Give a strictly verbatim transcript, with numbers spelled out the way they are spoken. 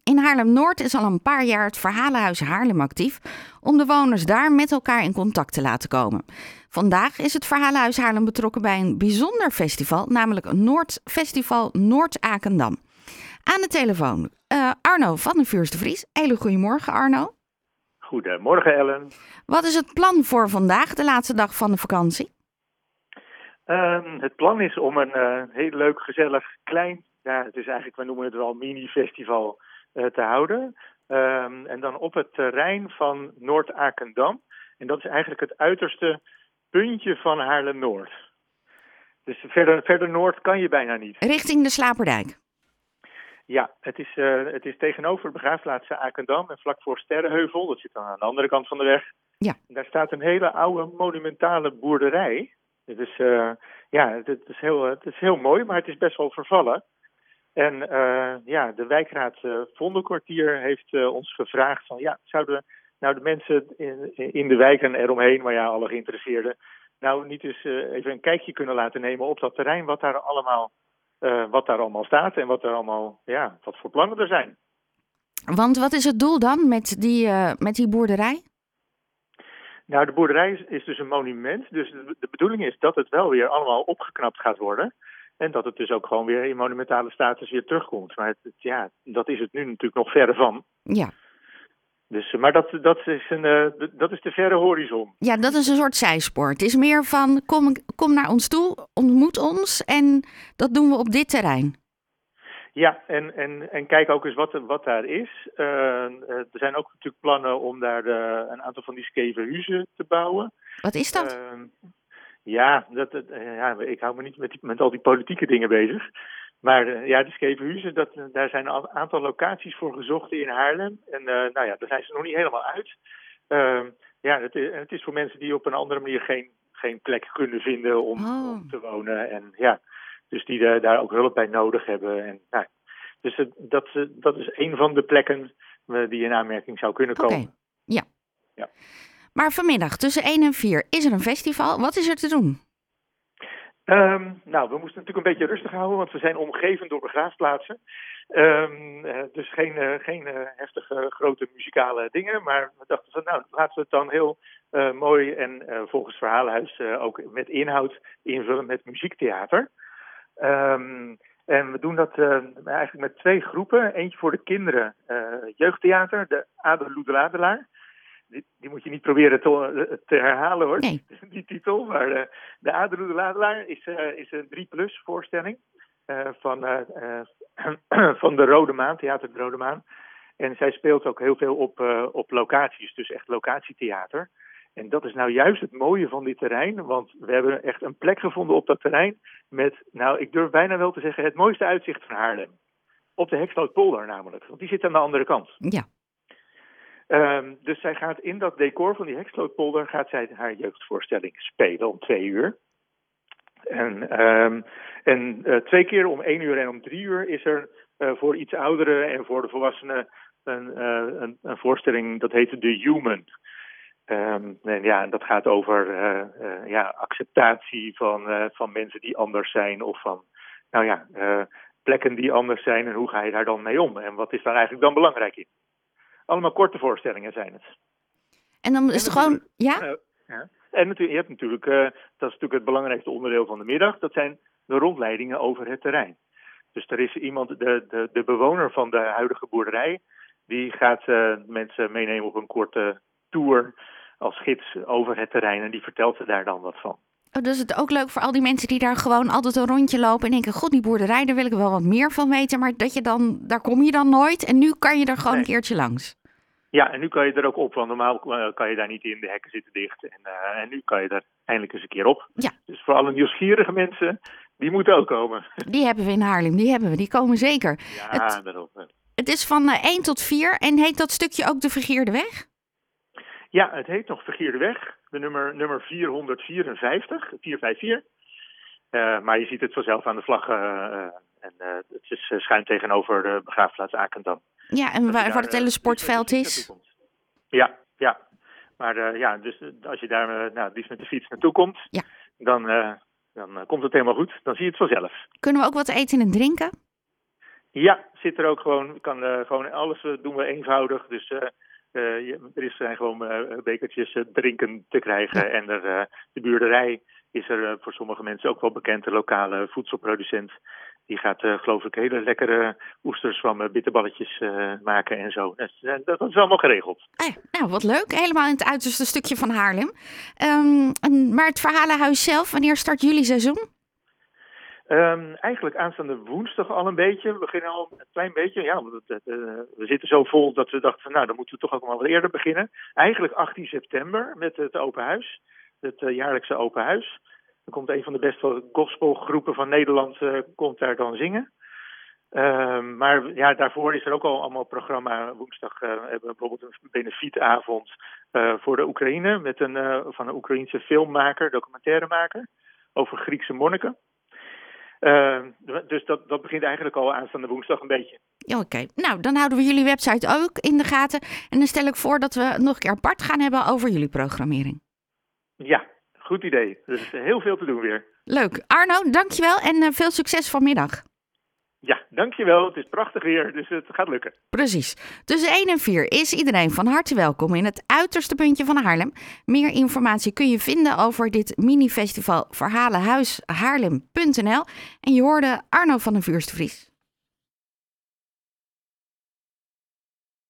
In Haarlem-Noord is al een paar jaar het Verhalenhuis Haarlem actief om de woners daar met elkaar in contact te laten komen. Vandaag is het Verhalenhuis Haarlem betrokken bij een bijzonder festival, namelijk Noord Festival Noord-Akendam. Aan de telefoon uh, Arno van de Vuurs de Vries. Hele goedemorgen, Arno. Goedemorgen, Ellen. Wat is het plan voor vandaag, de laatste dag van de vakantie? Uh, het plan is om een uh, heel leuk, gezellig, klein, ja, het is eigenlijk, we noemen het wel mini-festival, uh, te houden. Uh, en dan op het terrein van Noord-Akendam. En dat is eigenlijk het uiterste puntje van Haarlem-Noord. Dus verder, verder noord kan je bijna niet. Richting de Slaperdijk? Ja, het is, uh, het is tegenover de begraafplaats Akendam en vlak voor Sterrenheuvel. Dat zit dan aan de andere kant van de weg. Ja. En daar staat een hele oude monumentale boerderij. Dus uh, ja, het, het, is heel, het is heel mooi, maar het is best wel vervallen. En uh, ja, de wijkraad uh, Vondelkwartier heeft uh, ons gevraagd van ja, zouden nou de mensen in, in de wijken eromheen, maar ja, alle geïnteresseerden, nou niet eens uh, even een kijkje kunnen laten nemen op dat terrein, wat daar allemaal, uh, wat daar allemaal staat en wat er allemaal, ja, wat voor plannen er zijn. Want wat is het doel dan met die, uh, met die boerderij? Nou, de boerderij is, is dus een monument. Dus de, de bedoeling is dat het wel weer allemaal opgeknapt gaat worden. En dat het dus ook gewoon weer in monumentale status weer terugkomt. Maar het, het, ja, dat is het nu natuurlijk nog verre van. Ja. Dus, maar dat, dat, is een, uh, dat is de verre horizon. Ja, dat is een soort zijspoor. Het is meer van kom, kom naar ons toe, ontmoet ons en dat doen we op dit terrein. Ja, en, en, en kijk ook eens wat, wat daar is. Uh, er zijn ook natuurlijk plannen om daar uh, een aantal van die skeve huizen te bouwen. Wat is dat? Uh, ja, dat, uh, ja, ik hou me niet met, die, met al die politieke dingen bezig. Maar uh, ja, de skeve huizen, dat, daar zijn een aantal locaties voor gezocht in Haarlem. En uh, nou ja, daar zijn ze nog niet helemaal uit. Uh, ja, het, het is voor mensen die op een andere manier geen, geen plek kunnen vinden om, oh. om te wonen. En ja... Dus die uh, daar ook hulp bij nodig hebben. En, nou, dus uh, dat, uh, dat is een van de plekken uh, die in aanmerking zou kunnen komen. Oké, okay. ja. ja. Maar vanmiddag tussen één en vier is er een festival. Wat is er te doen? Um, nou, we moesten natuurlijk een beetje rustig houden, want we zijn omgeven door begraafplaatsen. Um, uh, dus geen, uh, geen uh, heftige grote muzikale dingen. Maar we dachten van, nou, laten we het dan heel uh, mooi en uh, volgens Verhalenhuis uh, ook met inhoud invullen met muziektheater. Um, en we doen dat uh, eigenlijk met twee groepen. Eentje voor de kinderen, uh, jeugdtheater, de Aderloederadelaar. Die, die moet je niet proberen te, te herhalen hoor, nee. die titel. Maar uh, de Aderloederadelaar is, uh, is een drie plus voorstelling uh, van, uh, uh, van de Rode Maan, Theater de Rode Maan. En zij speelt ook heel veel op, uh, op locaties, dus echt locatietheater. En dat is nou juist het mooie van dit terrein, want we hebben echt een plek gevonden op dat terrein met, nou, ik durf bijna wel te zeggen, het mooiste uitzicht van Haarlem. Op de Hekslootpolder namelijk, want die zit aan de andere kant. Ja. Um, dus zij gaat in dat decor van die Hekslootpolder, gaat zij haar jeugdvoorstelling spelen om twee uur. En, um, en uh, twee keer om één uur en om drie uur is er uh, voor iets ouderen en voor de volwassenen een, uh, een, een voorstelling, dat heet The Human. Um, en ja, dat gaat over uh, uh, ja, acceptatie van, uh, van mensen die anders zijn of van nou ja, uh, plekken die anders zijn en hoe ga je daar dan mee om en wat is daar eigenlijk dan belangrijk in. Allemaal korte voorstellingen zijn het. En dan is het gewoon, ja? Uh, ja. En natuurlijk, je hebt natuurlijk, uh, dat is natuurlijk het belangrijkste onderdeel van de middag, dat zijn de rondleidingen over het terrein. Dus er is iemand, de, de, de bewoner van de huidige boerderij, die gaat uh, mensen meenemen op een korte tour als gids over het terrein en die vertelt ze daar dan wat van. Oh, dus het is ook leuk voor al die mensen die daar gewoon altijd een rondje lopen en denken, god, die boerderij, daar wil ik wel wat meer van weten, maar dat je dan, daar kom je dan nooit en nu kan je er gewoon nee. een keertje langs. Ja, en nu kan je er ook op, want normaal kan je daar niet in, de hekken zitten dicht en, uh, en nu kan je er eindelijk eens een keer op. Ja. Dus voor alle nieuwsgierige mensen, die moeten ook komen. Die hebben we in Haarlem, die hebben we, die komen zeker. Ja, het, daarop. Het is van uh, één tot vier en heet dat stukje ook de Vergeerde Weg? Ja, het heet nog Vergeerde Weg, de nummer, nummer vierhonderdvierenvijftig, vierhonderdvijfenvijftig. Uh, maar je ziet het vanzelf aan de vlag uh, uh, en uh, het is uh, schuin tegenover de begraafplaats Akendam. Ja, en waar, waar het hele sportveld is? Ja, ja. Maar uh, ja, dus uh, als je daar uh, nou, liefst met de fiets naartoe komt, ja. dan, uh, dan uh, komt het helemaal goed. Dan zie je het vanzelf. Kunnen we ook wat eten en drinken? Ja, zit er ook gewoon, kan uh, gewoon alles uh, doen we eenvoudig. Dus uh, uh, je, er is, zijn gewoon uh, bekertjes uh, drinken te krijgen. Ja. En er, uh, de buurderij is er uh, voor sommige mensen ook wel bekend, de lokale voedselproducent. Die gaat, uh, geloof ik, hele lekkere oesters van uh, bitterballetjes uh, maken en zo. Dat, uh, dat is allemaal geregeld. Ah ja, nou, wat leuk. Helemaal in het uiterste stukje van Haarlem. Um, en, maar het Verhalenhuis zelf, wanneer start jullie seizoen? Um, eigenlijk aanstaande woensdag al een beetje. We beginnen al een klein beetje. Ja, want het, uh, we zitten zo vol dat we dachten, nou, dan moeten we toch ook wel wat eerder beginnen. Eigenlijk achttien september met het open huis. Het uh, jaarlijkse open huis. Er komt een van de beste gospelgroepen van Nederland uh, komt daar dan zingen. Uh, maar ja, daarvoor is er ook al allemaal programma. Woensdag uh, hebben we bijvoorbeeld een benefietavond uh, voor de Oekraïne met een uh, van een Oekraïense filmmaker, documentairemaker over Griekse monniken. Uh, dus dat, dat begint eigenlijk al aanstaande woensdag een beetje. Oké, okay. Nou dan houden we jullie website ook in de gaten. En dan stel ik voor dat we nog een keer apart gaan hebben over jullie programmering. Ja, goed idee. Er is heel veel te doen weer. Leuk. Arno, dankjewel en uh, veel succes vanmiddag. Ja, dankjewel. Het is prachtig weer, dus het gaat lukken. Precies. Tussen één en vier is iedereen van harte welkom in het uiterste puntje van Haarlem. Meer informatie kun je vinden over dit mini-festival verhalenhuis haarlem punt n l. En je hoorde Arno van den Vuurste Vries.